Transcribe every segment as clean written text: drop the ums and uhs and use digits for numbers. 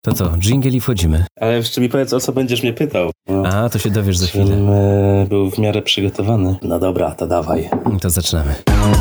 To co, dżingiel i wchodzimy. Ale jeszcze mi powiedz, o co będziesz mnie pytał. A, to się dowiesz za chwilę. Był w miarę przygotowany. No dobra, to dawaj. To zaczynamy.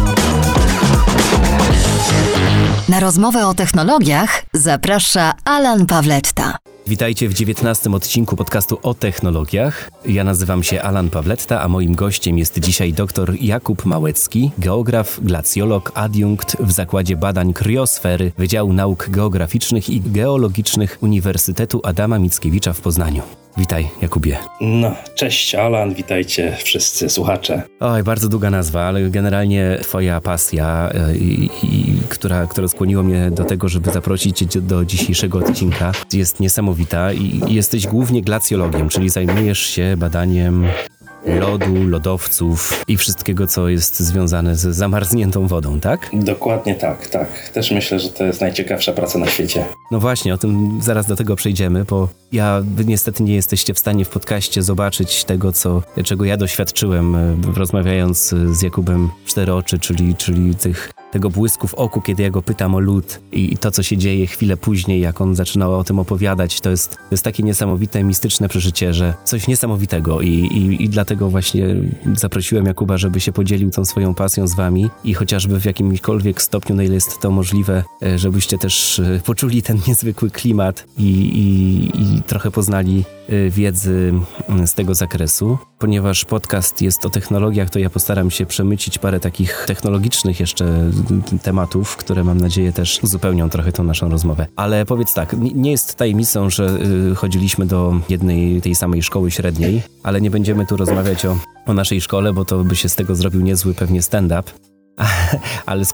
Na rozmowę o technologiach zaprasza Alan Pawletta. Witajcie w 19. odcinku podcastu o technologiach. Ja nazywam się Alan Pawletta, a moim gościem jest dzisiaj dr Jakub Małecki, geograf, glacjolog, adiunkt w Zakładzie Badań Kryosfery Wydziału Nauk Geograficznych i Geologicznych Uniwersytetu Adama Mickiewicza w Poznaniu. Witaj, Jakubie. No, cześć Alan, witajcie wszyscy słuchacze. Oj, bardzo długa nazwa, ale generalnie twoja pasja, która skłoniła mnie do tego, żeby zaprosić cię do dzisiejszego odcinka, jest niesamowita i jesteś głównie glacjologiem, czyli zajmujesz się badaniem lodu, lodowców i wszystkiego, co jest związane z zamarzniętą wodą, tak? Dokładnie tak. Też myślę, że to jest najciekawsza praca na świecie. No właśnie, o tym zaraz do tego przejdziemy, bo wy niestety nie jesteście w stanie w podcaście zobaczyć tego, czego ja doświadczyłem, rozmawiając z Jakubem w cztery oczy, czyli tego błysku w oku, kiedy ja go pytam o lód i to, co się dzieje chwilę później, jak on zaczynał o tym opowiadać. To jest takie niesamowite, mistyczne przeżycie, że coś niesamowitego i dlatego właśnie zaprosiłem Jakuba, żeby się podzielił tą swoją pasją z wami i chociażby w jakimkolwiek stopniu, na ile jest to możliwe, żebyście też poczuli ten niezwykły klimat i trochę poznali wiedzy z tego zakresu. Ponieważ podcast jest o technologiach, to ja postaram się przemycić parę takich technologicznych jeszcze tematów, które mam nadzieję też uzupełnią trochę tą naszą rozmowę. Ale powiedz tak, nie jest tajemnicą, że chodziliśmy do jednej tej samej szkoły średniej, ale nie będziemy tu rozmawiać o naszej szkole, bo to by się z tego zrobił niezły pewnie stand-up. Ale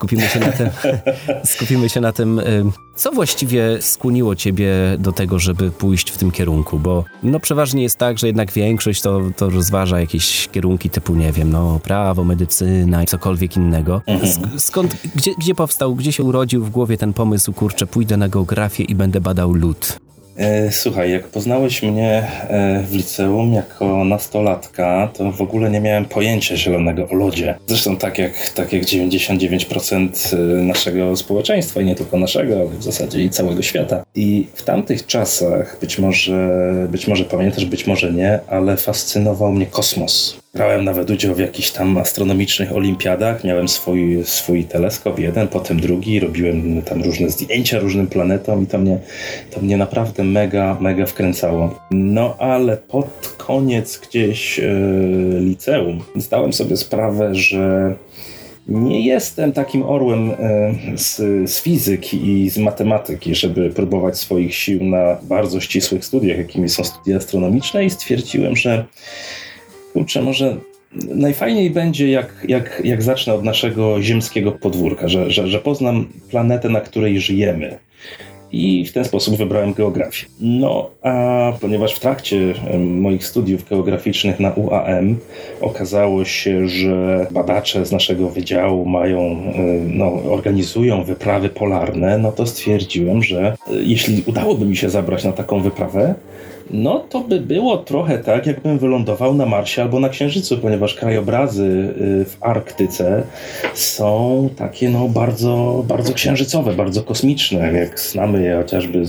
skupimy się na tym, co właściwie skłoniło ciebie do tego, żeby pójść w tym kierunku, bo przeważnie jest tak, że jednak większość to rozważa jakieś kierunki typu, nie wiem, prawo, medycyna i cokolwiek innego. Gdzie powstał, gdzie się urodził w głowie ten pomysł, kurczę, pójdę na geografię i będę badał lód? Słuchaj, jak poznałeś mnie w liceum jako nastolatka, to w ogóle nie miałem pojęcia zielonego o lodzie. Zresztą tak jak 99% naszego społeczeństwa i nie tylko naszego, ale w zasadzie i całego świata. I w tamtych czasach, być może pamiętasz, być może nie, ale fascynował mnie kosmos. Brałem nawet udział w jakichś tam astronomicznych olimpiadach, miałem swój teleskop, jeden, potem drugi, robiłem tam różne zdjęcia różnym planetom i to mnie naprawdę mega wkręcało. No ale pod koniec gdzieś liceum zdałem sobie sprawę, że nie jestem takim orłem z fizyki i z matematyki, żeby próbować swoich sił na bardzo ścisłych studiach, jakimi są studia astronomiczne, i stwierdziłem, że kurczę, może najfajniej będzie, jak zacznę od naszego ziemskiego podwórka, że poznam planetę, na której żyjemy. I w ten sposób wybrałem geografię. No, a ponieważ w trakcie moich studiów geograficznych na UAM okazało się, że badacze z naszego wydziału organizują wyprawy polarne, to stwierdziłem, że jeśli udałoby mi się zabrać na taką wyprawę, to by było trochę tak, jakbym wylądował na Marsie albo na Księżycu, ponieważ krajobrazy w Arktyce są takie bardzo, bardzo księżycowe, bardzo kosmiczne, jak znamy je chociażby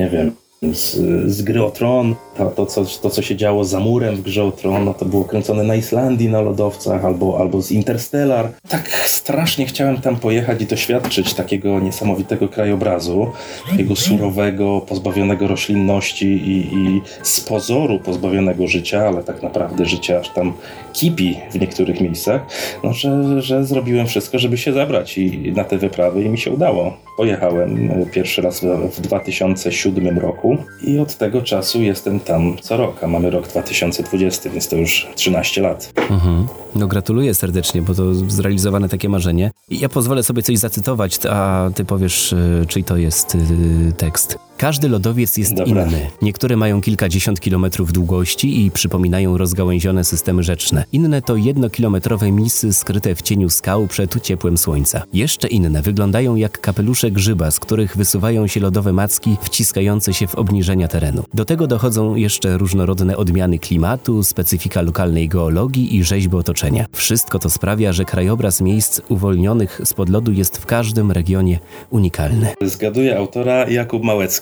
z gry o Tron. To, co się działo za murem w grze o Tron, to było kręcone na Islandii na lodowcach albo z Interstellar. Tak strasznie chciałem tam pojechać i doświadczyć takiego niesamowitego krajobrazu, takiego surowego, pozbawionego roślinności i z pozoru pozbawionego życia, ale tak naprawdę życie aż tam kipi w niektórych miejscach, że zrobiłem wszystko, żeby się zabrać i na te wyprawy i mi się udało. Pojechałem pierwszy raz w 2007 roku i od tego czasu jestem tam co rok, a mamy rok 2020, więc to już 13 lat. Gratuluję serdecznie, bo to zrealizowane takie marzenie. I ja pozwolę sobie coś zacytować, a ty powiesz, czyj to jest tekst. Każdy lodowiec jest inny. Niektóre mają kilkadziesiąt kilometrów długości i przypominają rozgałęzione systemy rzeczne. Inne to jednokilometrowe misy skryte w cieniu skał przed ciepłem słońca. Jeszcze inne wyglądają jak kapelusze grzyba, z których wysuwają się lodowe macki wciskające się w obniżenia terenu. Do tego dochodzą jeszcze różnorodne odmiany klimatu, specyfika lokalnej geologii i rzeźby otoczenia. Wszystko to sprawia, że krajobraz miejsc uwolnionych spod lodu jest w każdym regionie unikalny. Zgaduję autora Jakub Małecki.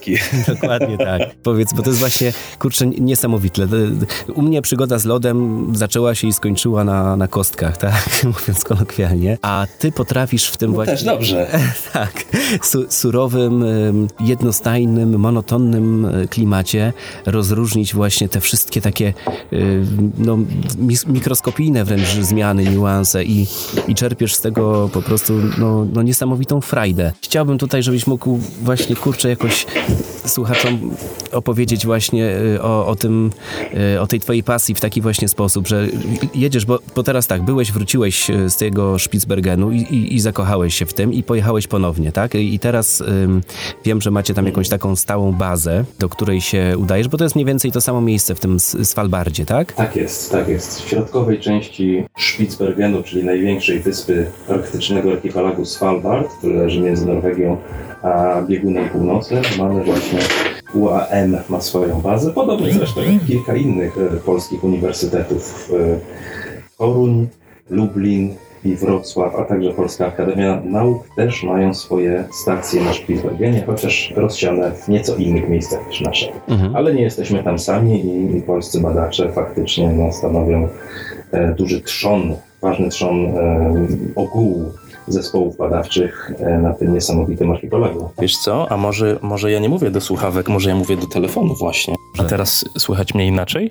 lodówki. Dokładnie tak. Powiedz, bo to jest właśnie, kurczę, niesamowite. U mnie przygoda z lodem zaczęła się i skończyła na kostkach, tak? Mówiąc kolokwialnie. A ty potrafisz w tym właśnie... Też dobrze. Tak. Surowym, jednostajnym, monotonnym klimacie rozróżnić właśnie te wszystkie takie mikroskopijne wręcz zmiany, niuanse i czerpiesz z tego po prostu niesamowitą frajdę. Chciałbym tutaj, żebyś mógł właśnie, kurczę, jakoś słuchaczom opowiedzieć właśnie o tej twojej pasji w taki właśnie sposób, że jedziesz, bo teraz tak, wróciłeś z tego Spitsbergenu i zakochałeś się w tym i pojechałeś ponownie, tak? I teraz wiem, że macie tam jakąś taką stałą bazę, do której się udajesz, bo to jest mniej więcej to samo miejsce w tym Svalbardzie, tak? Tak jest. W środkowej części Spitsbergenu, czyli największej wyspy arktycznego archipelagu Svalbard, który leży między Norwegią a biegunem północy, mamy właśnie UAM ma swoją bazę, podobnie zresztą jak kilka innych polskich uniwersytetów. Toruń, Lublin i Wrocław, a także Polska Akademia Nauk też mają swoje stacje na Spitsbergenie, chociaż rozsiane w nieco innych miejscach niż nasze. Ale nie jesteśmy tam sami i polscy badacze faktycznie stanowią duży trzon, ważny trzon ogółu zespołów badawczych na tym niesamowitym archipelagu. Wiesz co, a może ja nie mówię do słuchawek, może ja mówię do telefonu właśnie. A teraz słychać mnie inaczej?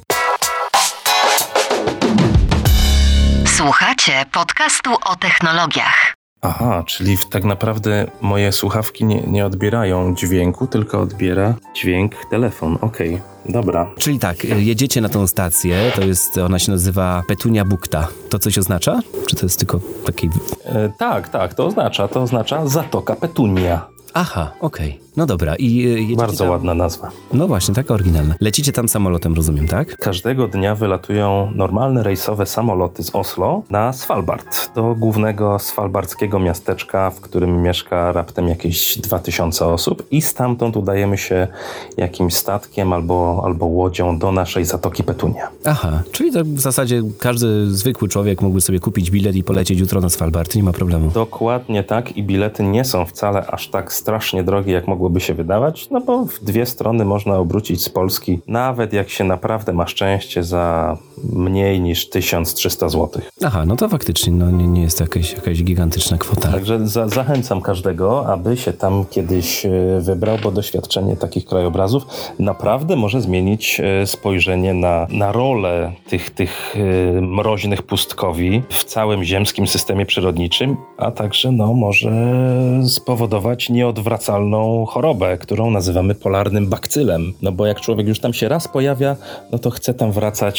Słuchacie podcastu o technologiach. Aha, czyli tak naprawdę moje słuchawki nie odbierają dźwięku, tylko odbiera dźwięk telefon. Okej, dobra. Czyli tak, jedziecie na tą stację, ona się nazywa Petunia Bukta. To coś oznacza? Czy to jest tylko taki... Tak, to oznacza Zatoka Petunia. Aha, okej. No dobra. I bardzo tam... ładna nazwa. No właśnie, taka oryginalna. Lecicie tam samolotem, rozumiem, tak? Każdego dnia wylatują normalne rejsowe samoloty z Oslo na Svalbard, do głównego svalbardzkiego miasteczka, w którym mieszka raptem jakieś 2000 osób i stamtąd udajemy się jakimś statkiem albo łodzią do naszej Zatoki Petunia. Aha, czyli to w zasadzie każdy zwykły człowiek mógłby sobie kupić bilet i polecieć jutro na Svalbard, nie ma problemu. Dokładnie tak i bilety nie są wcale aż tak strasznie drogie, jak mogłoby się wydawać, no bo w dwie strony można obrócić z Polski, nawet jak się naprawdę ma szczęście, za mniej niż 1300 zł. Aha, no to faktycznie nie jest to jakaś gigantyczna kwota. Także zachęcam każdego, aby się tam kiedyś wybrał, bo doświadczenie takich krajobrazów naprawdę może zmienić spojrzenie na rolę tych mroźnych pustkowi w całym ziemskim systemie przyrodniczym, a także może spowodować nieodwracalną chorobę, którą nazywamy polarnym bakcylem. No bo jak człowiek już tam się raz pojawia, no to chce tam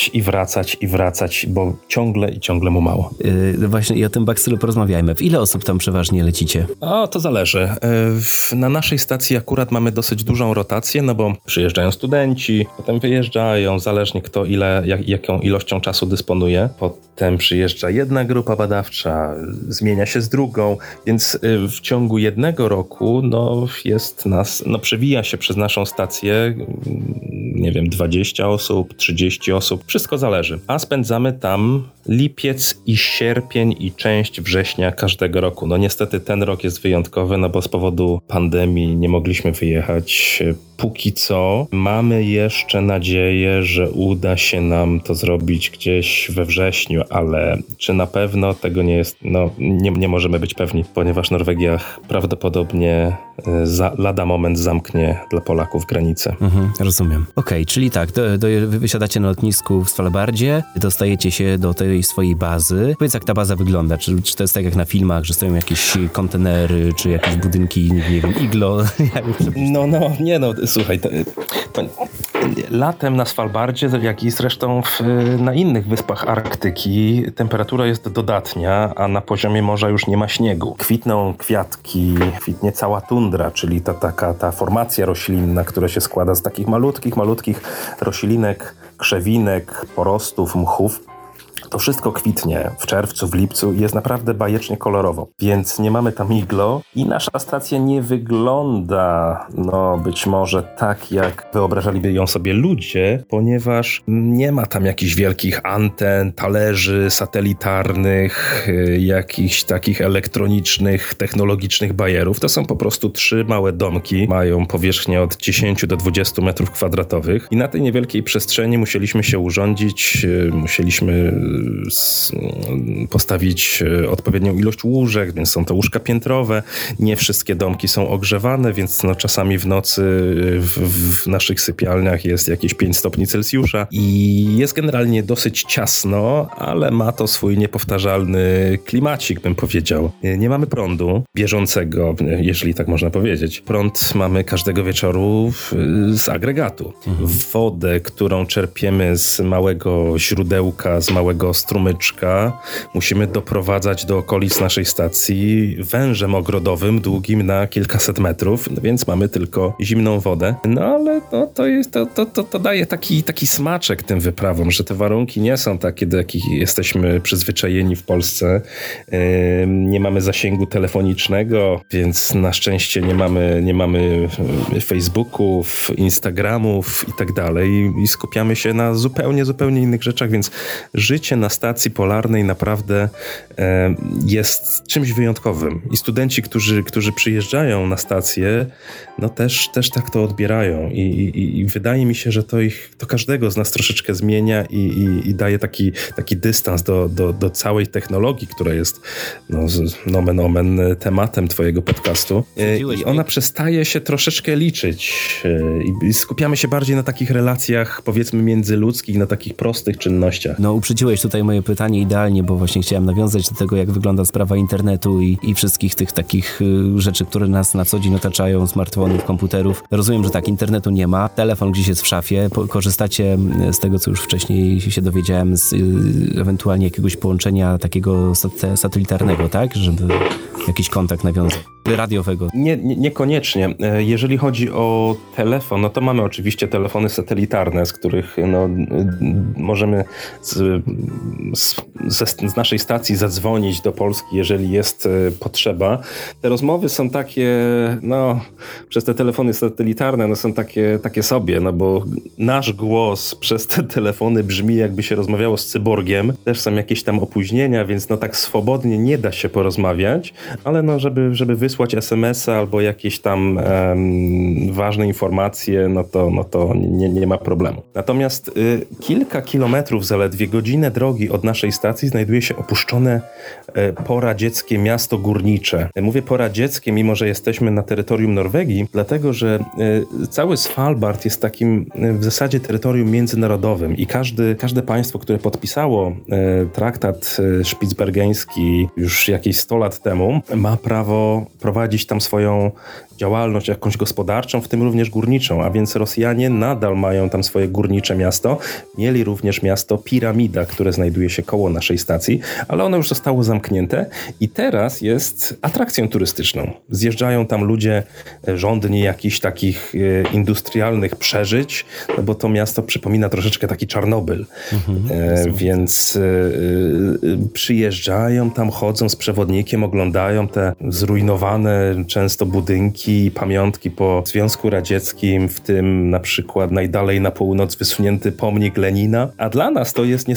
wracać, bo ciągle mu mało. Właśnie i o tym bakcylu porozmawiajmy. W ile osób tam przeważnie lecicie? To zależy. Na naszej stacji akurat mamy dosyć dużą rotację, no bo przyjeżdżają studenci, potem wyjeżdżają, zależnie kto jaką ilością czasu dysponuje. Potem przyjeżdża jedna grupa badawcza, zmienia się z drugą, więc w ciągu jednego roku jest nas, przewija się przez naszą stację, nie wiem, 20 osób, 30 osób, wszystko zależy. A spędzamy tam lipiec i sierpień i część września każdego roku. No niestety ten rok jest wyjątkowy, no bo z powodu pandemii nie mogliśmy wyjechać. Póki co mamy jeszcze nadzieję, że uda się nam to zrobić gdzieś we wrześniu, ale czy na pewno tego nie jest, nie możemy być pewni, ponieważ Norwegia prawdopodobnie lada moment zamknie dla Polaków granicę. Rozumiem. Okej, czyli tak, wy wysiadacie na lotnisku w Svalbardzie, dostajecie się do tej swojej bazy. Powiedz, jak ta baza wygląda? Czy to jest tak jak na filmach, że stoją jakieś kontenery, czy jakieś budynki, nie wiem, iglo? Słuchaj, to latem na Svalbardzie, jak i zresztą na innych wyspach Arktyki, temperatura jest dodatnia, a na poziomie morza już nie ma śniegu. Kwitną kwiatki, kwitnie cała tundra, czyli ta formacja roślinna, która się składa z takich malutkich roślinek, krzewinek, porostów, mchów. to wszystko kwitnie w czerwcu, w lipcu i jest naprawdę bajecznie kolorowo, więc nie mamy tam iglo i nasza stacja nie wygląda, być może tak, jak wyobrażaliby ją sobie ludzie, ponieważ nie ma tam jakichś wielkich anten, talerzy satelitarnych, jakichś takich elektronicznych, technologicznych bajerów. To są po prostu 3 małe domki, mają powierzchnię od 10 do 20 metrów kwadratowych i na tej niewielkiej przestrzeni musieliśmy się urządzić, musieliśmy postawić odpowiednią ilość łóżek, więc są to łóżka piętrowe. Nie wszystkie domki są ogrzewane, więc czasami w nocy w naszych sypialniach jest jakieś 5 stopni Celsjusza i jest generalnie dosyć ciasno, ale ma to swój niepowtarzalny klimacik, bym powiedział. Nie mamy prądu bieżącego, jeżeli tak można powiedzieć. Prąd mamy każdego wieczoru z agregatu. Wodę, którą czerpiemy z małego źródełka, z małego strumyczka, musimy doprowadzać do okolic naszej stacji wężem ogrodowym, długim na kilkaset metrów, więc mamy tylko zimną wodę. Ale to daje taki smaczek tym wyprawom, że te warunki nie są takie, do jakich jesteśmy przyzwyczajeni w Polsce. Nie mamy zasięgu telefonicznego, więc na szczęście nie mamy Facebooków, Instagramów i tak dalej i skupiamy się na zupełnie innych rzeczach, więc życie na stacji polarnej naprawdę jest czymś wyjątkowym. I studenci, którzy przyjeżdżają na stację, też tak to odbierają i wydaje mi się, że to każdego z nas troszeczkę zmienia i daje taki dystans do całej technologii, która jest nomen omen tematem twojego podcastu. I ona przestaje się troszeczkę liczyć i skupiamy się bardziej na takich relacjach, powiedzmy, międzyludzkich, na takich prostych czynnościach. Uprzedziłeś tutaj moje pytanie idealnie, bo właśnie chciałem nawiązać do tego, jak wygląda sprawa internetu i wszystkich tych takich rzeczy, które nas na co dzień otaczają, smartfonów, komputerów. Rozumiem, że tak, internetu nie ma, telefon gdzieś jest w szafie, korzystacie z tego, co już wcześniej się dowiedziałem, z ewentualnie jakiegoś połączenia takiego satelitarnego, tak? Żeby jakiś kontakt nawiązać. Radiowego. Niekoniecznie. Jeżeli chodzi o telefon, to mamy oczywiście telefony satelitarne, z których możemy z naszej stacji zadzwonić do Polski, jeżeli jest potrzeba. Te rozmowy są takie, przez te telefony satelitarne, są takie sobie, bo nasz głos przez te telefony brzmi, jakby się rozmawiało z cyborgiem. Też są jakieś tam opóźnienia, więc tak swobodnie nie da się porozmawiać, ale żeby wysłać SMS-a albo jakieś tam ważne informacje, to nie ma problemu. Natomiast kilka kilometrów, zaledwie godzinę drogi od naszej stacji znajduje się opuszczone poradzieckie miasto górnicze. Mówię poradzieckie, mimo że jesteśmy na terytorium Norwegii, dlatego że cały Svalbard jest takim w zasadzie terytorium międzynarodowym i każde państwo, które podpisało traktat szpicbergeński już jakieś 100 lat temu, ma prawo prowadzić tam swoją działalność jakąś gospodarczą, w tym również górniczą, a więc Rosjanie nadal mają tam swoje górnicze miasto. Mieli również miasto Piramida, które znajduje się koło naszej stacji, ale ono już zostało zamknięte i teraz jest atrakcją turystyczną. Zjeżdżają tam ludzie żądni jakichś takich industrialnych przeżyć, bo to miasto przypomina troszeczkę taki Czarnobyl. Więc przyjeżdżają tam, chodzą z przewodnikiem, oglądają te zrujnowane często budynki i pamiątki po Związku Radzieckim, w tym na przykład najdalej na północ wysunięty pomnik Lenina. A dla nas to jest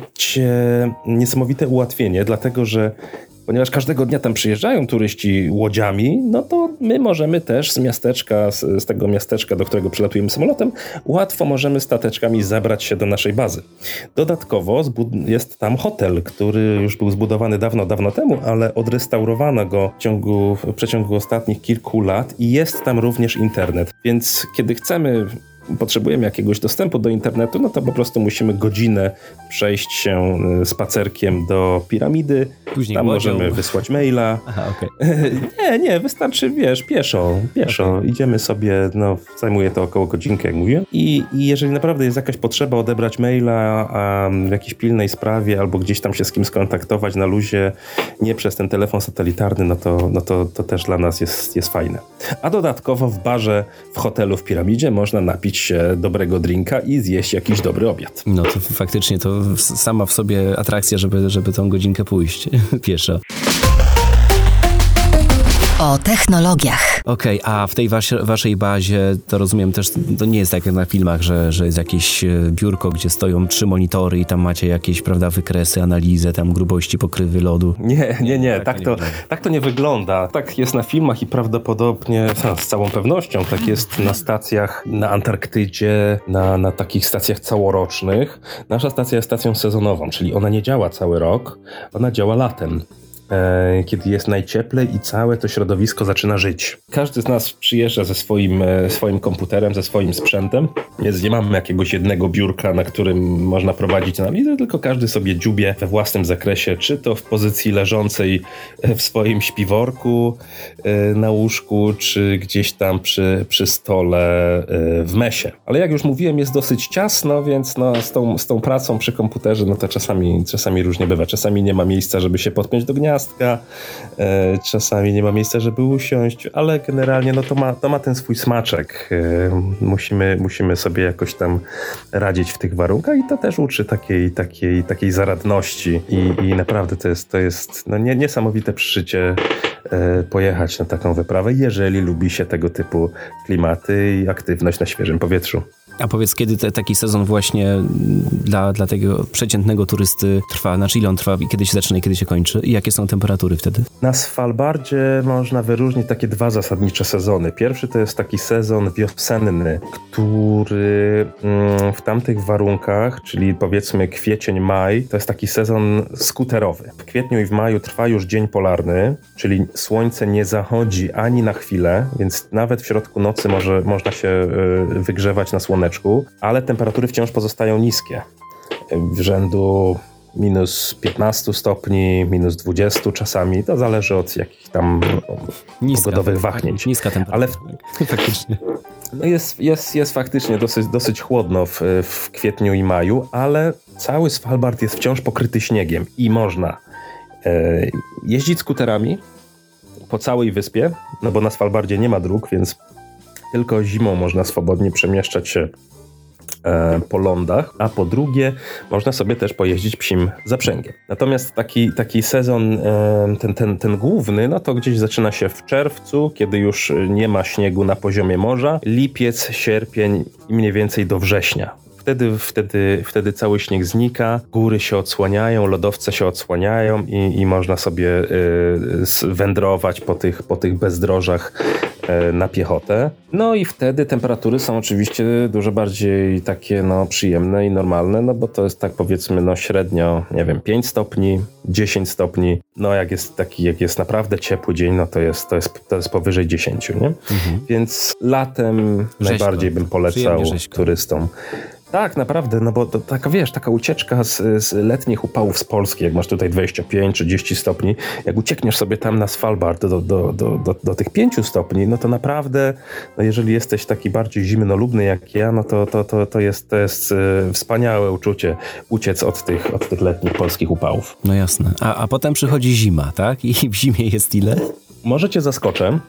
niesamowite ułatwienie, dlatego że ponieważ każdego dnia tam przyjeżdżają turyści łodziami, to my możemy też z tego miasteczka, do którego przylatujemy samolotem, łatwo możemy stateczkami zabrać się do naszej bazy. Dodatkowo jest tam hotel, który już był zbudowany dawno temu, ale odrestaurowano go w przeciągu ostatnich kilku lat i jest tam również internet. Więc kiedy potrzebujemy jakiegoś dostępu do internetu, to po prostu musimy godzinę przejść się spacerkiem do Piramidy. Później tam możemy wysłać maila. Aha, okej. Nie, wystarczy, pieszo. Okay. Idziemy sobie, zajmuje to około godzinkę, jak mówię. I jeżeli naprawdę jest jakaś potrzeba odebrać maila w jakiejś pilnej sprawie albo gdzieś tam się z kim skontaktować na luzie, nie przez ten telefon satelitarny, to też dla nas jest fajne. A dodatkowo w barze w hotelu w Piramidzie można napić napić się dobrego drinka i zjeść jakiś dobry obiad. No to faktycznie to sama w sobie atrakcja, żeby tą godzinkę pójść pieszo. O technologiach. Okej, a w tej waszej bazie to rozumiem też, to nie jest tak jak na filmach, że jest jakieś biurko, gdzie stoją 3 monitory i tam macie jakieś, prawda, wykresy, analizę, tam grubości pokrywy lodu. Nie, tak to nie wygląda. Tak jest na filmach i prawdopodobnie, z całą pewnością, tak jest na stacjach na Antarktydzie, na takich stacjach całorocznych. Nasza stacja jest stacją sezonową, czyli ona nie działa cały rok, ona działa latem, kiedy jest najcieplej i całe to środowisko zaczyna żyć. Każdy z nas przyjeżdża ze swoim komputerem, ze swoim sprzętem, więc nie mamy jakiegoś jednego biurka, na którym można prowadzić analizę, tylko każdy sobie dziubie we własnym zakresie, czy to w pozycji leżącej w swoim śpiworku na łóżku, czy gdzieś tam przy stole w mesie. Ale jak już mówiłem, jest dosyć ciasno, więc z tą pracą przy komputerze, to czasami różnie bywa. Czasami nie ma miejsca, żeby się podpiąć do gniazda, czasami nie ma miejsca, żeby usiąść, ale generalnie to ma ten swój smaczek. Musimy sobie jakoś tam radzić w tych warunkach i to też uczy takiej zaradności i naprawdę to jest niesamowite przeżycie pojechać na taką wyprawę, jeżeli lubi się tego typu klimaty i aktywność na świeżym powietrzu. A powiedz, kiedy taki sezon właśnie dla tego przeciętnego turysty trwa? Znaczy ile on trwa i kiedy się zaczyna i kiedy się kończy? I jakie są temperatury wtedy? Na Svalbardzie można wyróżnić takie 2 zasadnicze sezony. Pierwszy to jest taki sezon wiosenny, który w tamtych warunkach, czyli powiedzmy kwiecień, maj, to jest taki sezon skuterowy. W kwietniu i w maju trwa już dzień polarny, czyli słońce nie zachodzi ani na chwilę, więc nawet w środku nocy można się wygrzewać na słoneczku, ale temperatury wciąż pozostają niskie. W rzędu minus 15 stopni, minus 20 czasami. To zależy od jakichś tam pogodowych wahnięć. Niska temperatura. Ale faktycznie. Jest faktycznie dosyć chłodno w kwietniu i maju, ale cały Svalbard jest wciąż pokryty śniegiem i można jeździć skuterami po całej wyspie, no bo na Svalbardzie nie ma dróg, więc tylko zimą można swobodnie przemieszczać się po lądach, a po drugie można sobie też pojeździć psim zaprzęgiem. Natomiast taki sezon, ten główny, no to gdzieś zaczyna się w czerwcu, kiedy już nie ma śniegu na poziomie morza, lipiec, sierpień i mniej więcej do września. Wtedy cały śnieg znika, góry się odsłaniają, lodowce się odsłaniają i można sobie wędrować po tych bezdrożach na piechotę. No i wtedy temperatury są oczywiście dużo bardziej takie przyjemne i normalne, bo to jest tak powiedzmy średnio, 5 stopni, 10 stopni. No jak jest naprawdę ciepły dzień, no to jest powyżej 10, nie? Mhm. Więc latem najbardziej bym polecał turystom. Tak, naprawdę, bo to taka ucieczka z letnich upałów z Polski, jak masz tutaj 25-30 stopni, jak uciekniesz sobie tam na Svalbard do tych 5 stopni, no to naprawdę, jeżeli jesteś taki bardziej zimnolubny jak ja, no to jest wspaniałe uczucie uciec od tych letnich polskich upałów. No jasne. A potem przychodzi zima, tak? I w zimie jest ile? Może cię zaskoczę,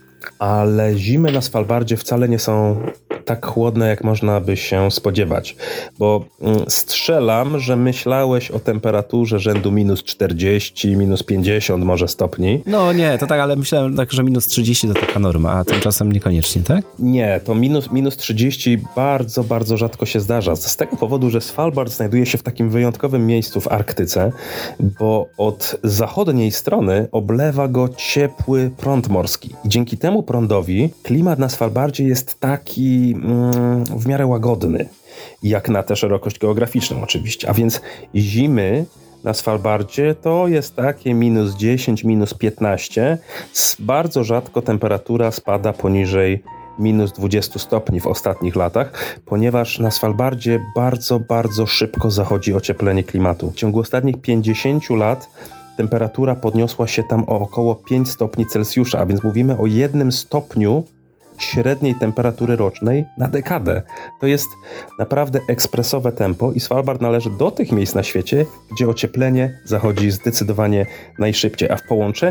ale zimy na Svalbardzie wcale nie są tak chłodne, jak można by się spodziewać. Bo strzelam, że myślałeś o temperaturze rzędu minus 40, minus 50 może stopni. No nie, to tak, ale myślałem tak, że minus 30 to taka norma, a tymczasem niekoniecznie, tak? Nie, to minus 30 bardzo, bardzo rzadko się zdarza. Z tego powodu, że Svalbard znajduje się w takim wyjątkowym miejscu w Arktyce, bo od zachodniej strony oblewa go ciepły prąd morski. I dzięki temu prądowi klimat na Svalbardzie jest taki w miarę łagodny, jak na tę szerokość geograficzną oczywiście. A więc zimy na Svalbardzie to jest takie minus 10, minus 15. Bardzo rzadko temperatura spada poniżej minus 20 stopni w ostatnich latach, ponieważ na Svalbardzie bardzo, bardzo szybko zachodzi ocieplenie klimatu. W ciągu ostatnich 50 lat temperatura podniosła się tam o około 5 stopni Celsjusza, a więc mówimy o 1 stopniu średniej temperatury rocznej na dekadę. To jest naprawdę ekspresowe tempo i Svalbard należy do tych miejsc na świecie, gdzie ocieplenie zachodzi zdecydowanie najszybciej, a w połączeniu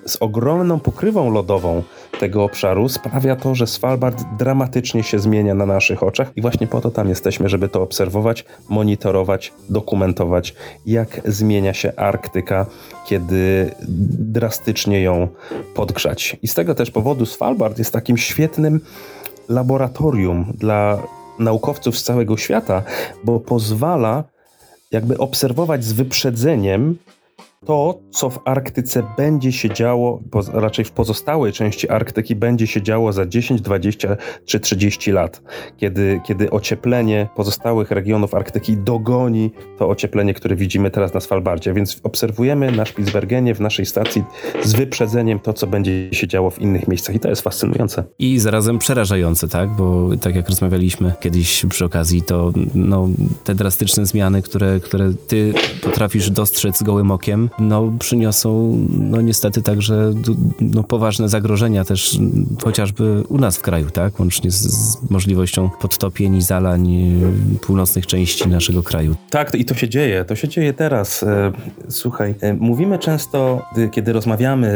z ogromną pokrywą lodową tego obszaru sprawia to, że Svalbard dramatycznie się zmienia na naszych oczach i właśnie po to tam jesteśmy, żeby to obserwować, monitorować, dokumentować, jak zmienia się Arktyka, kiedy drastycznie ją podgrzać. I z tego też powodu Svalbard jest takim świetnym laboratorium dla naukowców z całego świata, bo pozwala jakby obserwować z wyprzedzeniem to, co w Arktyce będzie się działo, raczej w pozostałej części Arktyki będzie się działo za 10, 20 czy 30 lat, kiedy ocieplenie pozostałych regionów Arktyki dogoni to ocieplenie, które widzimy teraz na Svalbardzie. Więc obserwujemy na Spitsbergenie, w naszej stacji z wyprzedzeniem to, co będzie się działo w innych miejscach i to jest fascynujące. I zarazem przerażające, tak? Bo tak jak rozmawialiśmy kiedyś przy okazji, to te drastyczne zmiany, które ty potrafisz dostrzec gołym okiem, przyniosą niestety także poważne zagrożenia też chociażby u nas w kraju, tak? Łącznie z możliwością podtopień i zalań północnych części naszego kraju. Tak, i to się dzieje teraz. Słuchaj, mówimy często, kiedy rozmawiamy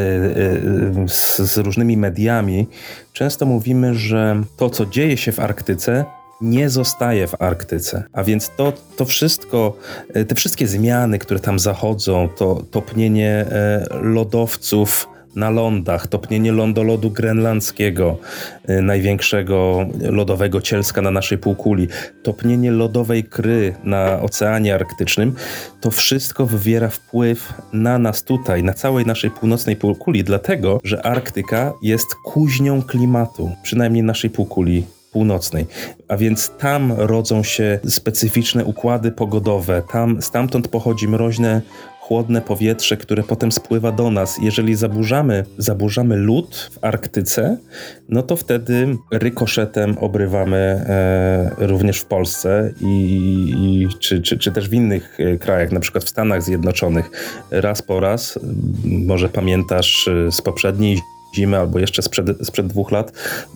z różnymi mediami, często mówimy, że to, co dzieje się w Arktyce, nie zostaje w Arktyce. A więc to wszystko, te wszystkie zmiany, które tam zachodzą, to topnienie lodowców na lądach, topnienie lądolodu grenlandzkiego, największego lodowego cielska na naszej półkuli, topnienie lodowej kry na Oceanie Arktycznym, to wszystko wywiera wpływ na nas tutaj, na całej naszej północnej półkuli, dlatego, że Arktyka jest kuźnią klimatu, przynajmniej naszej półkuli północnej. A więc tam rodzą się specyficzne układy pogodowe, stamtąd pochodzi mroźne, chłodne powietrze, które potem spływa do nas. Jeżeli zaburzamy lód w Arktyce, no to wtedy rykoszetem obrywamy również w Polsce czy też w innych krajach, na przykład w Stanach Zjednoczonych. Raz po raz, może pamiętasz z poprzedniej zimy albo jeszcze sprzed 2 lat,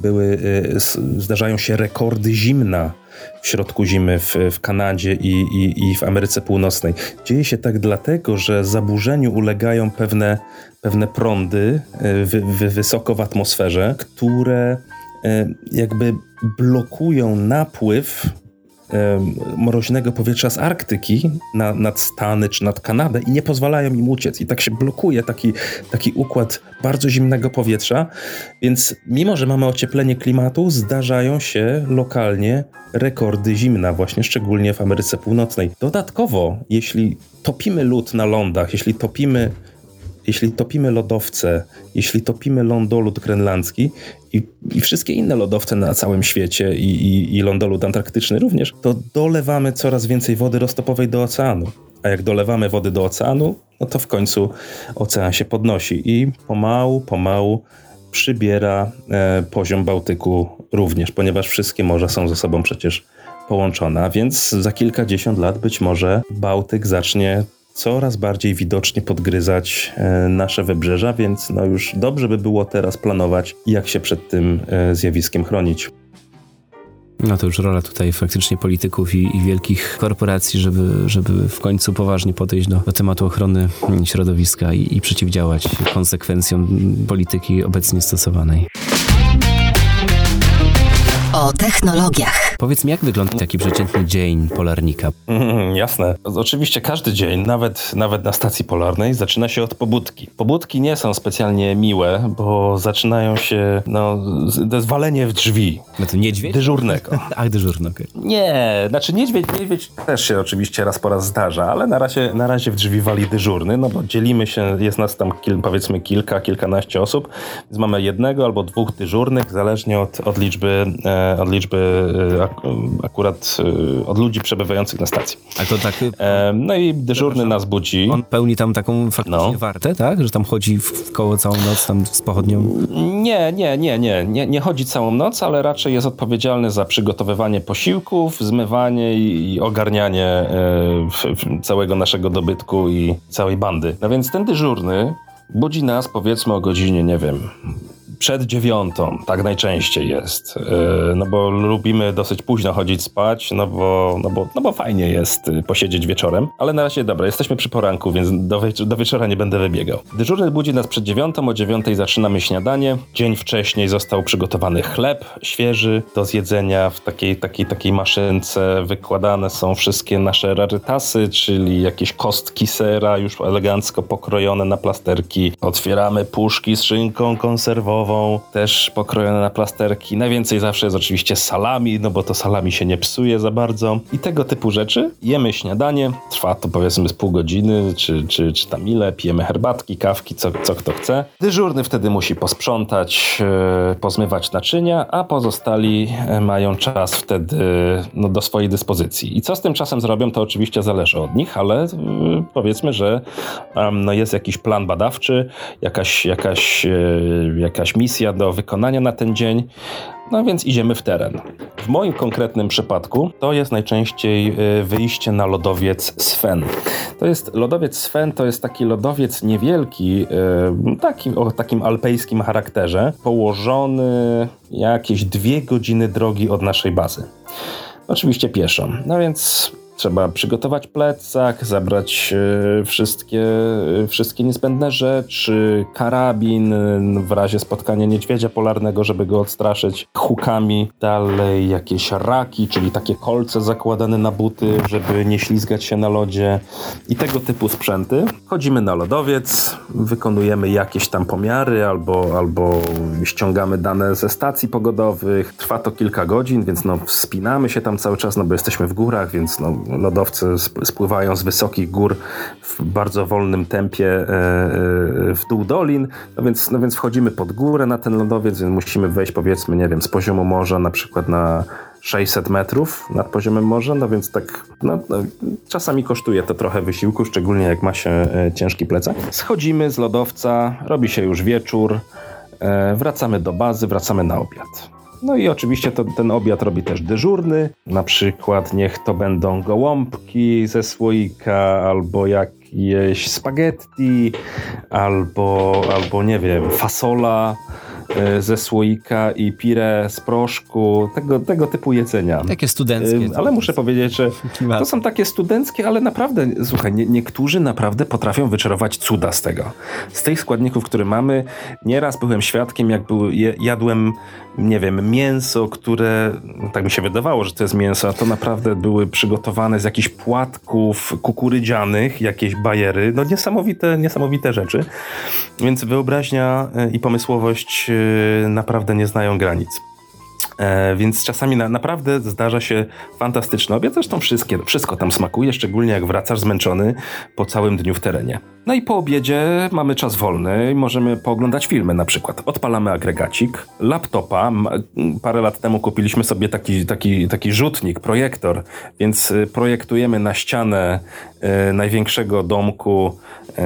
zdarzają się rekordy zimna w środku zimy w Kanadzie i w Ameryce Północnej. Dzieje się tak dlatego, że zaburzeniu ulegają pewne prądy wysoko w atmosferze, które jakby blokują napływ mroźnego powietrza z Arktyki nad Stany czy nad Kanadę i nie pozwalają im uciec. I tak się blokuje taki układ bardzo zimnego powietrza, więc mimo, że mamy ocieplenie klimatu, zdarzają się lokalnie rekordy zimna, właśnie szczególnie w Ameryce Północnej. Dodatkowo, jeśli topimy lód na lądach, jeśli topimy lodowce, jeśli topimy lądolód grenlandzki i wszystkie inne lodowce na całym świecie i lądolód antarktyczny również, to dolewamy coraz więcej wody roztopowej do oceanu. A jak dolewamy wody do oceanu, no to w końcu ocean się podnosi i pomału przybiera poziom Bałtyku również, ponieważ wszystkie morza są ze sobą przecież połączone. A więc za kilkadziesiąt lat być może Bałtyk zacznie coraz bardziej widocznie podgryzać nasze wybrzeża, więc już dobrze by było teraz planować, jak się przed tym zjawiskiem chronić. No to już rola tutaj faktycznie polityków i wielkich korporacji, żeby w końcu poważnie podejść do tematu ochrony środowiska i przeciwdziałać konsekwencjom polityki obecnie stosowanej. O technologiach. Powiedz mi, jak wygląda taki przeciętny dzień polarnika? Jasne. Oczywiście każdy dzień, nawet na stacji polarnej, zaczyna się od pobudki. Pobudki nie są specjalnie miłe, bo zaczynają się, to jest walenie w drzwi. No to niedźwiedź? Dyżurnego. Ach, dyżurny, okej. Nie, niedźwiedź też się oczywiście raz po raz zdarza, ale na razie w drzwi wali dyżurny, bo dzielimy się, jest nas tam powiedzmy kilkanaście osób, więc mamy jednego albo 2 dyżurnych, zależnie od liczby akurat od ludzi przebywających na stacji. A to tak... No i dyżurny nas budzi. On pełni tam taką faktycznie wartę, tak? Że tam chodzi w koło całą noc tam z pochodnią? Nie chodzi całą noc, ale raczej jest odpowiedzialny za przygotowywanie posiłków, zmywanie i ogarnianie całego naszego dobytku i całej bandy. No więc ten dyżurny budzi nas powiedzmy o godzinie, 2 przed 9:00, tak najczęściej jest, no bo lubimy dosyć późno chodzić spać, no bo fajnie jest posiedzieć wieczorem, ale na razie dobra, jesteśmy przy poranku, więc do wieczora nie będę wybiegał. Dyżurny budzi nas przed 9:00, o 9:00 zaczynamy śniadanie. Dzień wcześniej został przygotowany chleb świeży do zjedzenia w takiej maszynce. Wykładane są wszystkie nasze rarytasy, czyli jakieś kostki sera już elegancko pokrojone na plasterki. Otwieramy puszki z szynką konserwową, też pokrojone na plasterki. Najwięcej zawsze jest oczywiście salami, no bo to salami się nie psuje za bardzo. I tego typu rzeczy. Jemy śniadanie, trwa to powiedzmy z pół godziny, czy tam ile, pijemy herbatki, kawki, co kto chce. Dyżurny wtedy musi posprzątać, pozmywać naczynia, a pozostali mają czas wtedy do swojej dyspozycji. I co z tym czasem zrobią, to oczywiście zależy od nich, ale powiedzmy, że jest jakiś plan badawczy, jakaś misja do wykonania na ten dzień, no więc idziemy w teren. W moim konkretnym przypadku to jest najczęściej wyjście na lodowiec Sven. Lodowiec Sven to jest taki lodowiec niewielki, o takim alpejskim charakterze, położony jakieś 2 godziny drogi od naszej bazy. Oczywiście pieszo. No więc trzeba przygotować plecak, zabrać wszystkie niezbędne rzeczy, karabin w razie spotkania niedźwiedzia polarnego, żeby go odstraszyć, hukami, dalej jakieś raki, czyli takie kolce zakładane na buty, żeby nie ślizgać się na lodzie i tego typu sprzęty. Chodzimy na lodowiec, wykonujemy jakieś tam pomiary albo ściągamy dane ze stacji pogodowych. Trwa to kilka godzin, więc wspinamy się tam cały czas, bo jesteśmy w górach, więc lodowce spływają z wysokich gór w bardzo wolnym tempie w dół dolin, no więc wchodzimy pod górę na ten lodowiec, więc musimy wejść powiedzmy, nie wiem, z poziomu morza na przykład na 600 metrów nad poziomem morza, no więc tak czasami kosztuje to trochę wysiłku, szczególnie jak ma się ciężki plecak. Schodzimy z lodowca, robi się już wieczór, wracamy do bazy, wracamy na obiad. No i oczywiście ten obiad robi też dyżurny, na przykład niech to będą gołąbki ze słoika, albo jakieś spaghetti, albo nie wiem, fasola ze słoika i pire z proszku, tego typu jedzenia. Takie studenckie. Ale muszę powiedzieć, że to są takie studenckie, ale naprawdę, słuchaj, niektórzy naprawdę potrafią wyczarować cuda z tego. Z tych składników, które mamy, nieraz byłem świadkiem, jak jadłem, nie wiem, mięso, które, tak mi się wydawało, że to jest mięso, a to naprawdę były przygotowane z jakichś płatków kukurydzianych, jakieś bajery, niesamowite rzeczy. Więc wyobraźnia i pomysłowość naprawdę nie znają granic. Więc czasami naprawdę zdarza się fantastyczny obiad. Zresztą wszystko tam smakuje, szczególnie jak wracasz zmęczony po całym dniu w terenie. No i po obiedzie mamy czas wolny i możemy pooglądać filmy na przykład. Odpalamy agregacik, laptopa. Parę lat temu kupiliśmy sobie taki rzutnik, projektor, więc projektujemy na ścianę największego domku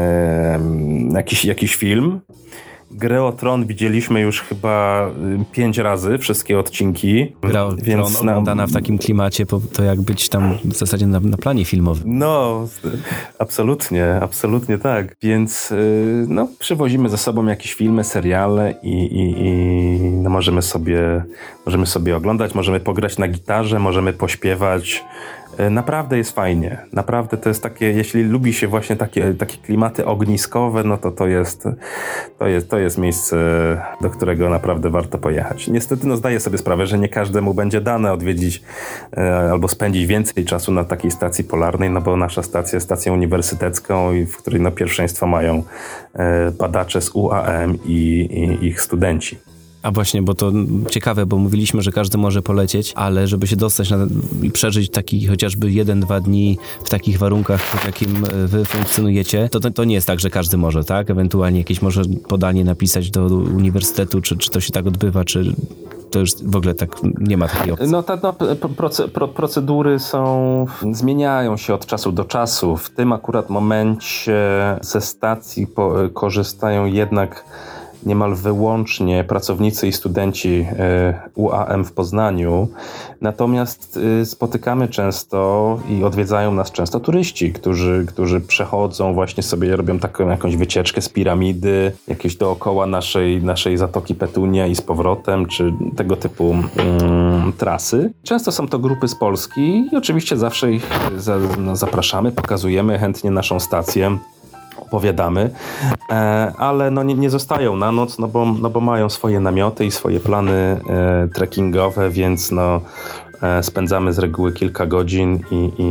jakiś film. Grę o Tron widzieliśmy już chyba 5 razy, wszystkie odcinki. Gra o Tron oglądana w takim klimacie, to jak być tam w zasadzie na planie filmowym. No, absolutnie tak. Więc przywozimy ze sobą jakieś filmy, seriale i możemy sobie oglądać, możemy pograć na gitarze, możemy pośpiewać. Naprawdę jest fajnie. Naprawdę to jest takie, jeśli lubi się właśnie takie klimaty ogniskowe, no to jest miejsce, do którego naprawdę warto pojechać. Niestety zdaję sobie sprawę, że nie każdemu będzie dane odwiedzić albo spędzić więcej czasu na takiej stacji polarnej, no bo nasza stacja jest stacją uniwersytecką, w której pierwszeństwo mają badacze z UAM i ich studenci. A właśnie, bo to ciekawe, bo mówiliśmy, że każdy może polecieć, ale żeby się dostać i przeżyć taki chociażby 1-2 dni w takich warunkach, w jakim wy funkcjonujecie, to nie jest tak, że każdy może, tak? Ewentualnie jakieś może podanie napisać do uniwersytetu, czy to się tak odbywa, czy to już w ogóle tak nie ma takiej opcji? Procedury zmieniają się od czasu do czasu. W tym akurat momencie ze stacji korzystają jednak niemal wyłącznie pracownicy i studenci UAM w Poznaniu. Natomiast spotykamy często i odwiedzają nas często turyści, którzy przechodzą właśnie sobie, robią taką jakąś wycieczkę z piramidy, jakieś dookoła naszej Zatoki Petunia i z powrotem, czy tego typu trasy. Często są to grupy z Polski i oczywiście zawsze ich zapraszamy, pokazujemy chętnie naszą stację, opowiadamy, ale nie zostają na noc, bo mają swoje namioty i swoje plany trekkingowe, więc spędzamy z reguły kilka godzin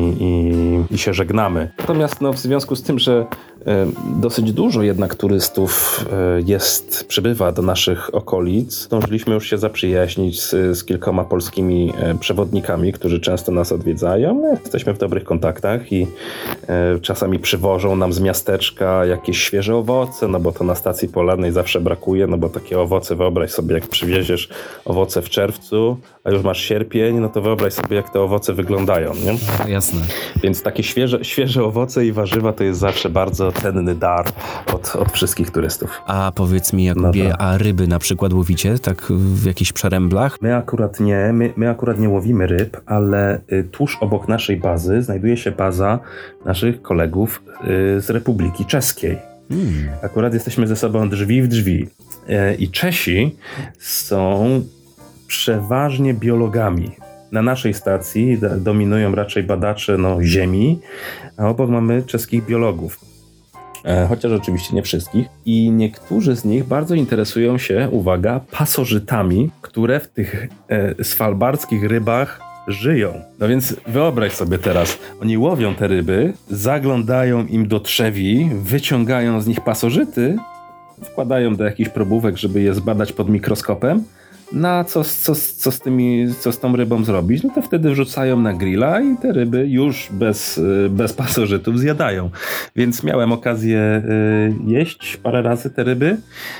i się żegnamy. Natomiast w związku z tym, że dosyć dużo jednak turystów przybywa do naszych okolic, zdążyliśmy już się zaprzyjaźnić z kilkoma polskimi przewodnikami, którzy często nas odwiedzają. Jesteśmy w dobrych kontaktach i czasami przywożą nam z miasteczka jakieś świeże owoce, bo to na stacji polarnej zawsze brakuje, bo takie owoce, wyobraź sobie, jak przywieziesz owoce w czerwcu, a już masz sierpień, to wyobraź sobie, jak te owoce wyglądają, nie? No, jasne. Więc takie świeże owoce i warzywa to jest zawsze bardzo cenny dar od wszystkich turystów. A powiedz mi, Jakubie, a ryby na przykład łowicie tak w jakichś przeręblach? My akurat nie łowimy ryb, ale tuż obok naszej bazy znajduje się baza naszych kolegów z Republiki Czeskiej. Akurat jesteśmy ze sobą drzwi w drzwi. I Czesi są przeważnie biologami. Na naszej stacji dominują raczej badacze ziemi, a obok mamy czeskich biologów. Chociaż oczywiście nie wszystkich. I niektórzy z nich bardzo interesują się, uwaga, pasożytami, które w tych svalbardzkich rybach żyją. No więc wyobraź sobie teraz, oni łowią te ryby, zaglądają im do trzewi, wyciągają z nich pasożyty, wkładają do jakichś probówek, żeby je zbadać pod mikroskopem. Co z tą rybą zrobić? To wtedy wrzucają na grilla i te ryby już bez pasożytów zjadają. Więc miałem okazję jeść parę razy te ryby.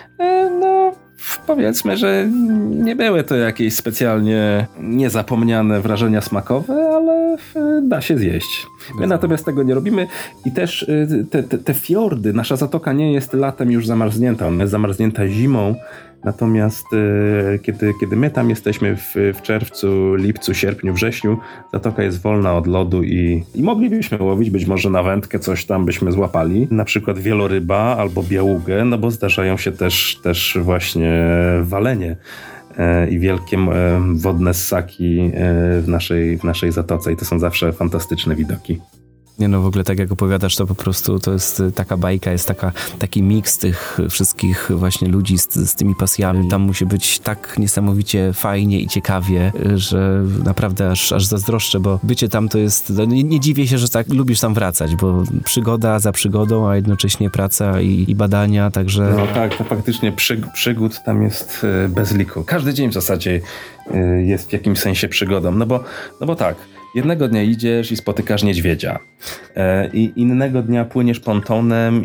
Powiedzmy, że nie były to jakieś specjalnie niezapomniane wrażenia smakowe, ale da się zjeść. My natomiast tego nie robimy i też te fiordy, nasza zatoka nie jest latem już zamarznięta, ona jest zamarznięta zimą. Natomiast kiedy my tam jesteśmy w czerwcu, lipcu, sierpniu, wrześniu, zatoka jest wolna od lodu i moglibyśmy łowić, być może na wędkę coś tam byśmy złapali, na przykład wieloryba albo białugę, bo zdarzają się też właśnie walenie i wielkie wodne ssaki w naszej zatoce i to są zawsze fantastyczne widoki. W ogóle tak jak opowiadasz, to po prostu to jest taka bajka, jest taki miks tych wszystkich właśnie ludzi z tymi pasjami. Tam musi być tak niesamowicie fajnie i ciekawie, że naprawdę aż zazdroszczę, bo bycie tam to jest... Nie dziwię się, że tak lubisz tam wracać, bo przygoda za przygodą, a jednocześnie praca i badania, także... No tak, to faktycznie przygód tam jest bez liku. Każdy dzień w zasadzie jest w jakimś sensie przygodą, no bo tak, jednego dnia idziesz i spotykasz niedźwiedzia. I innego dnia płyniesz pontonem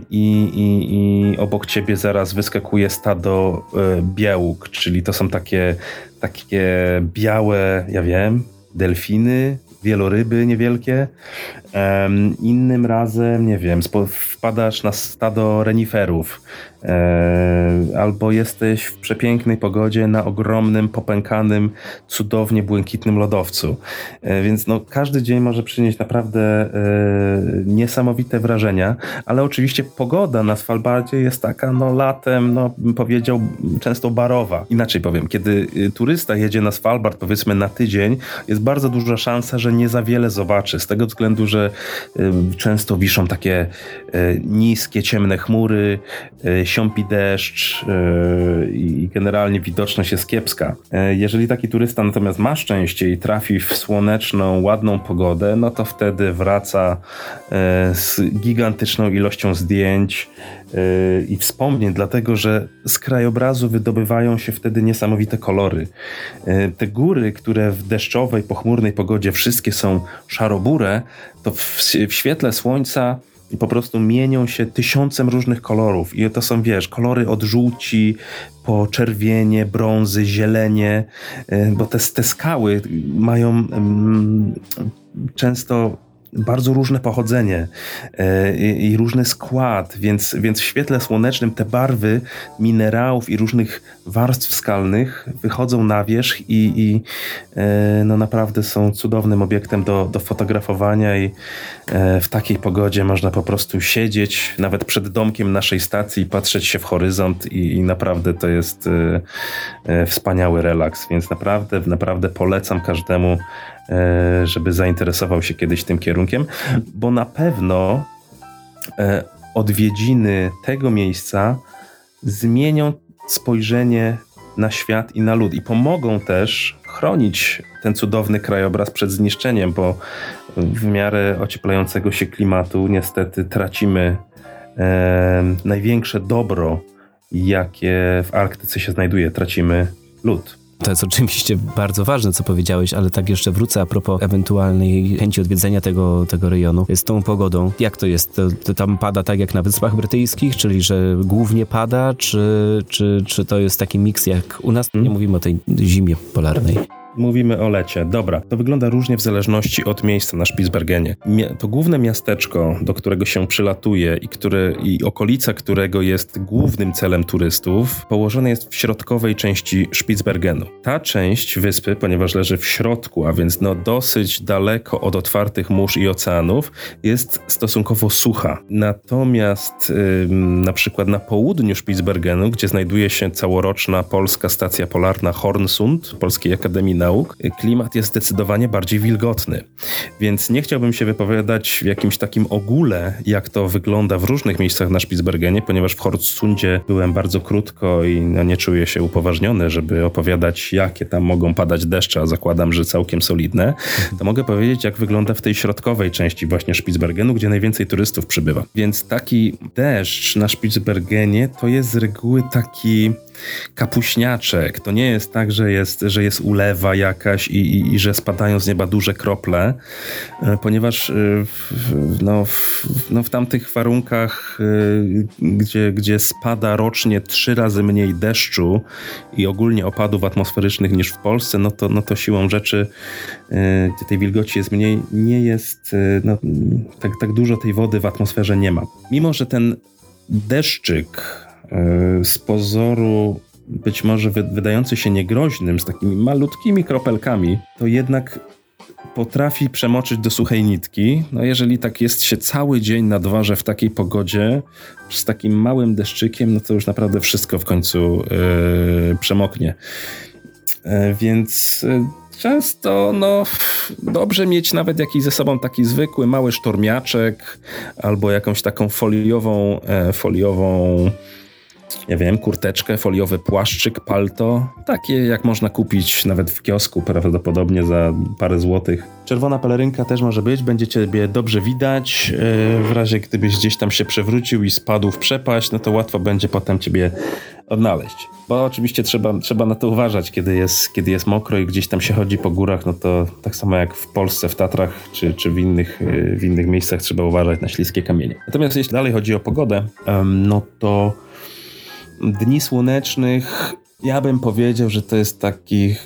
i obok ciebie zaraz wyskakuje stado białuk, czyli to są takie białe, delfiny, wieloryby niewielkie. Innym razem, wpadasz na stado reniferów. Albo jesteś w przepięknej pogodzie na ogromnym, popękanym, cudownie błękitnym lodowcu. Więc każdy dzień może przynieść naprawdę niesamowite wrażenia, ale oczywiście pogoda na Svalbardzie jest taka, latem, bym powiedział, często barowa. Inaczej powiem, kiedy turysta jedzie na Svalbard, powiedzmy na tydzień, jest bardzo duża szansa, że nie za wiele zobaczy, z tego względu, że często wiszą takie niskie, ciemne chmury, siąpi deszcz i generalnie widoczność jest kiepska. Jeżeli taki turysta natomiast ma szczęście i trafi w słoneczną, ładną pogodę, to wtedy wraca z gigantyczną ilością zdjęć i wspomnień, dlatego że z krajobrazu wydobywają się wtedy niesamowite kolory. Te góry, które w deszczowej, pochmurnej pogodzie wszystkie są szarobure, to w świetle słońca po prostu mienią się tysiącem różnych kolorów i to są, kolory od żółci po czerwienie, brązy, zielenie, bo te skały mają często bardzo różne pochodzenie i różny skład, więc w świetle słonecznym te barwy minerałów i różnych warstw skalnych wychodzą na wierzch i no naprawdę są cudownym obiektem do fotografowania i w takiej pogodzie można po prostu siedzieć nawet przed domkiem naszej stacji i patrzeć się w horyzont i naprawdę to jest wspaniały relaks, więc naprawdę polecam każdemu, żeby zainteresował się kiedyś tym kierunkiem, bo na pewno odwiedziny tego miejsca zmienią spojrzenie na świat i na lud i pomogą też chronić ten cudowny krajobraz przed zniszczeniem, bo w miarę ocieplającego się klimatu niestety tracimy największe dobro, jakie w Arktyce się znajduje. Tracimy lód. To jest oczywiście bardzo ważne, co powiedziałeś, ale tak jeszcze wrócę a propos ewentualnej chęci odwiedzenia tego rejonu. Z tą pogodą, jak to jest? To tam pada tak jak na Wyspach Brytyjskich, czyli że głównie pada, czy to jest taki miks jak u nas? Nie mówimy o tej zimie polarnej. Mówimy o lecie. Dobra, to wygląda różnie w zależności od miejsca na Spitsbergenie. To główne miasteczko, do którego się przylatuje i okolica którego jest głównym celem turystów, położone jest w środkowej części Spitsbergenu. Ta część wyspy, ponieważ leży w środku, a więc dosyć daleko od otwartych mórz i oceanów, jest stosunkowo sucha. Natomiast na przykład na południu Spitsbergenu, gdzie znajduje się całoroczna polska stacja polarna Hornsund, Polskiej Akademii Nauk, klimat jest zdecydowanie bardziej wilgotny. Więc nie chciałbym się wypowiadać w jakimś takim ogóle, jak to wygląda w różnych miejscach na Spitsbergenie, ponieważ w Hornsundzie byłem bardzo krótko i nie czuję się upoważniony, żeby opowiadać, jakie tam mogą padać deszcze, a zakładam, że całkiem solidne. To mogę powiedzieć, jak wygląda w tej środkowej części właśnie Spitsbergenu, gdzie najwięcej turystów przybywa. Więc taki deszcz na Spitsbergenie to jest z reguły taki kapuśniaczek. To nie jest tak, że jest ulewa jakaś i że spadają z nieba duże krople, ponieważ w tamtych warunkach, gdzie spada rocznie 3 razy mniej deszczu i ogólnie opadów atmosferycznych niż w Polsce, no to siłą rzeczy, gdzie tej wilgoci jest mniej, nie jest tak dużo tej wody w atmosferze nie ma. Mimo że ten deszczyk z pozoru być może wydający się niegroźnym, z takimi malutkimi kropelkami, to jednak potrafi przemoczyć do suchej nitki. No jeżeli tak jest się cały dzień na dworze w takiej pogodzie, z takim małym deszczykiem, no to już naprawdę wszystko w końcu przemoknie. Więc często dobrze mieć nawet jakiś ze sobą taki zwykły mały sztormiaczek albo jakąś taką foliową nie wiem, kurteczkę, foliowy płaszczyk, palto. Takie jak można kupić nawet w kiosku, prawdopodobnie za parę złotych. Czerwona pelerynka też może być, będzie ciebie dobrze widać. W razie gdybyś gdzieś tam się przewrócił i spadł w przepaść, no to łatwo będzie potem ciebie odnaleźć. Bo oczywiście trzeba na to uważać, kiedy jest mokro i gdzieś tam się chodzi po górach, no to tak samo jak w Polsce, w Tatrach czy w innych miejscach trzeba uważać na śliskie kamienie. Natomiast jeśli dalej chodzi o pogodę, no to dni słonecznych, ja bym powiedział, że to jest takich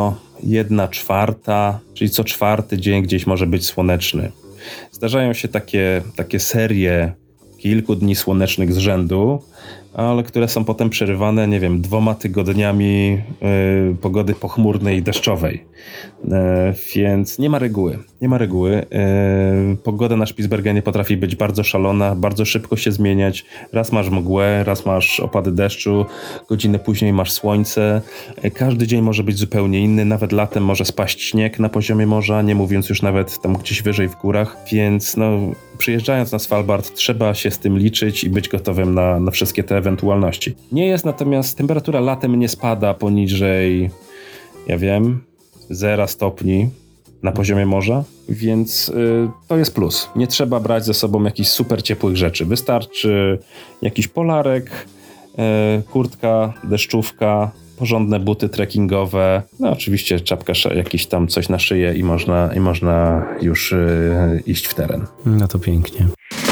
1/4, czyli co 4 dzień gdzieś może być słoneczny. Zdarzają się takie serie kilku dni słonecznych z rzędu, ale które są potem przerywane, 2 tygodniami pogody pochmurnej i deszczowej. Więc nie ma reguły. Pogoda na Spitsbergenie potrafi być bardzo szalona, bardzo szybko się zmieniać. Raz masz mgłę, raz masz opady deszczu, godzinę później masz słońce. Każdy dzień może być zupełnie inny, nawet latem może spaść śnieg na poziomie morza, nie mówiąc już nawet tam gdzieś wyżej w górach, więc przyjeżdżając na Svalbard trzeba się z tym liczyć i być gotowym na wszystkie te ewentualności. Nie jest natomiast, temperatura latem nie spada poniżej, 0 stopni na poziomie morza, więc to jest plus. Nie trzeba brać ze sobą jakichś super ciepłych rzeczy. Wystarczy jakiś polarek, kurtka, deszczówka, porządne buty trekkingowe, oczywiście czapka, jakiś tam coś na szyję i można już iść w teren. No to pięknie.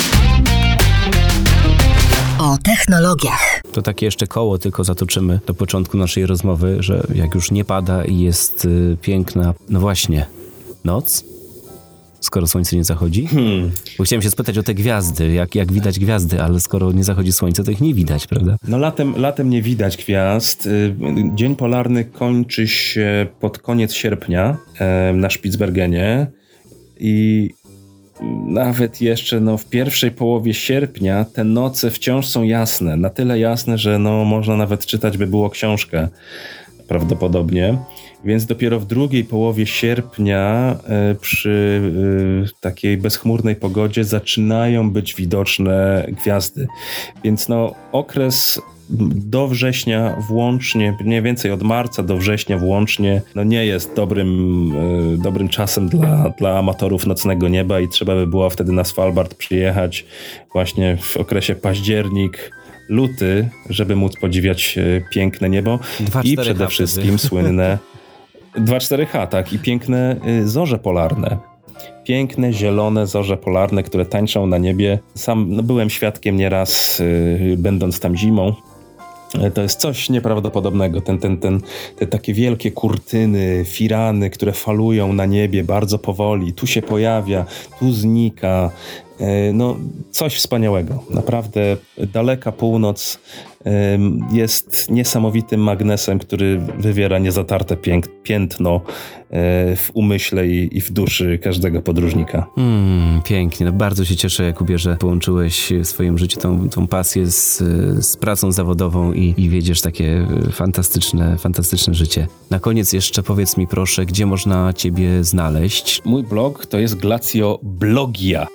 O technologiach. To takie jeszcze koło tylko zatoczymy do początku naszej rozmowy, że jak już nie pada i jest piękna, noc, skoro słońce nie zachodzi? Bo chciałem się spytać o te gwiazdy, jak widać gwiazdy, ale skoro nie zachodzi słońce, to ich nie widać, prawda? No latem nie widać gwiazd. Dzień polarny kończy się pod koniec sierpnia na Spitsbergenie i nawet jeszcze w pierwszej połowie sierpnia te noce wciąż są jasne. Na tyle jasne, że można nawet czytać by było książkę prawdopodobnie. Więc dopiero w drugiej połowie sierpnia przy takiej bezchmurnej pogodzie zaczynają być widoczne gwiazdy. Więc okres do września włącznie, mniej więcej od marca do września włącznie, nie jest dobrym czasem dla amatorów nocnego nieba i trzeba by było wtedy na Svalbard przyjechać właśnie w okresie październik, luty, żeby móc podziwiać piękne niebo i przede wszystkim słynne 2,4H, tak, i piękne zorze polarne. Piękne, zielone zorze polarne, które tańczą na niebie. Sam byłem świadkiem nieraz, będąc tam zimą. To jest coś nieprawdopodobnego. Te takie wielkie kurtyny, firany, które falują na niebie bardzo powoli. Tu się pojawia, tu znika. Coś wspaniałego. Naprawdę daleka północ jest niesamowitym magnesem, który wywiera niezatarte piętno w umyśle i w duszy każdego podróżnika. Pięknie. Bardzo się cieszę, Jakubie, że połączyłeś w swoim życiu tą pasję z pracą zawodową i wiedziesz takie fantastyczne życie. Na koniec jeszcze powiedz mi proszę, gdzie można ciebie znaleźć? Mój blog to jest Glacioblogia.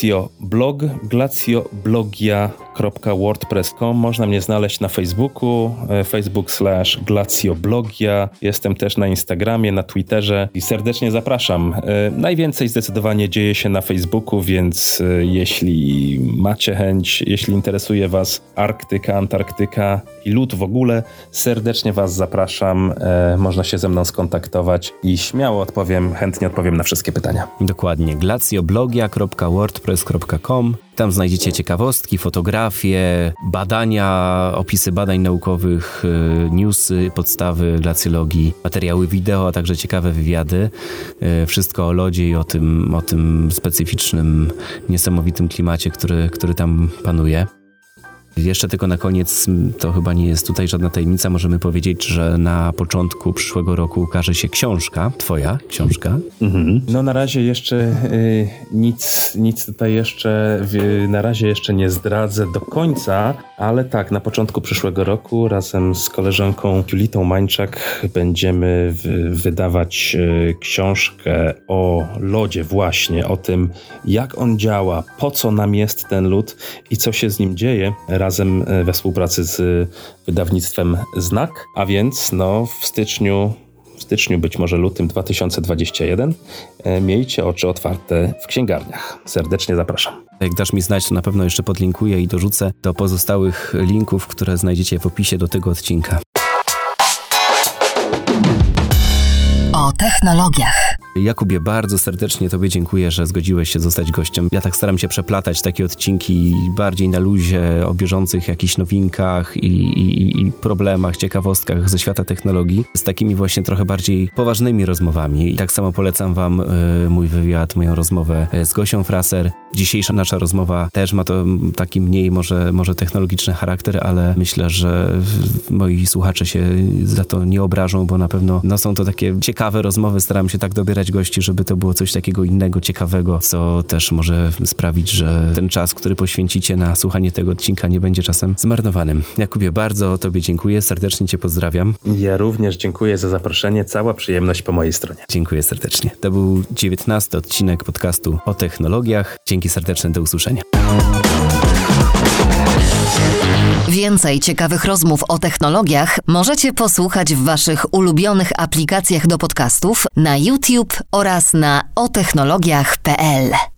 glacioblogia.wordpress.com. Można mnie znaleźć na Facebooku, facebook.com/glacioblogia. Jestem też na Instagramie, na Twitterze i serdecznie zapraszam. Najwięcej zdecydowanie dzieje się na Facebooku, więc jeśli macie chęć, jeśli interesuje was Arktyka, Antarktyka i lód w ogóle, serdecznie was zapraszam. Można się ze mną skontaktować i śmiało chętnie odpowiem na wszystkie pytania. Dokładnie. glacioblogia.wordpress.com. Tam znajdziecie ciekawostki, fotografie, badania, opisy badań naukowych, newsy, podstawy glacjologii, materiały wideo, a także ciekawe wywiady. Wszystko o lodzie i o tym specyficznym, niesamowitym klimacie, który tam panuje. Jeszcze tylko na koniec, to chyba nie jest tutaj żadna tajemnica, możemy powiedzieć, że na początku przyszłego roku ukaże się książka, twoja książka. Na razie jeszcze nic tutaj jeszcze na razie jeszcze nie zdradzę do końca, ale tak, na początku przyszłego roku razem z koleżanką Julitą Mańczak będziemy wydawać książkę o lodzie właśnie, o tym jak on działa, po co nam jest ten lód i co się z nim dzieje, razem we współpracy z wydawnictwem Znak, a więc w styczniu, być może lutym 2021, miejcie oczy otwarte w księgarniach. Serdecznie zapraszam. Jak dasz mi znać, to na pewno jeszcze podlinkuję i dorzucę do pozostałych linków, które znajdziecie w opisie do tego odcinka. O technologiach. Jakubie, bardzo serdecznie Tobie dziękuję, że zgodziłeś się zostać gościem. Ja tak staram się przeplatać takie odcinki bardziej na luzie, o bieżących jakichś nowinkach i problemach, ciekawostkach ze świata technologii, z takimi właśnie trochę bardziej poważnymi rozmowami. I tak samo polecam Wam mój wywiad, moją rozmowę z Gosią Fraser. Dzisiejsza nasza rozmowa też ma to taki mniej może technologiczny charakter, ale myślę, że moi słuchacze się za to nie obrażą, bo na pewno są to takie ciekawe rozmowy. Staram się tak dobierać gości, żeby to było coś takiego innego, ciekawego, co też może sprawić, że ten czas, który poświęcicie na słuchanie tego odcinka, nie będzie czasem zmarnowanym. Jakubie, bardzo Tobie dziękuję, serdecznie Cię pozdrawiam. Ja również dziękuję za zaproszenie, cała przyjemność po mojej stronie. Dziękuję serdecznie. To był 19. odcinek podcastu o technologiach. Dzięki serdeczne, do usłyszenia. Więcej ciekawych rozmów o technologiach możecie posłuchać w Waszych ulubionych aplikacjach do podcastów, na YouTube oraz na otechnologiach.pl.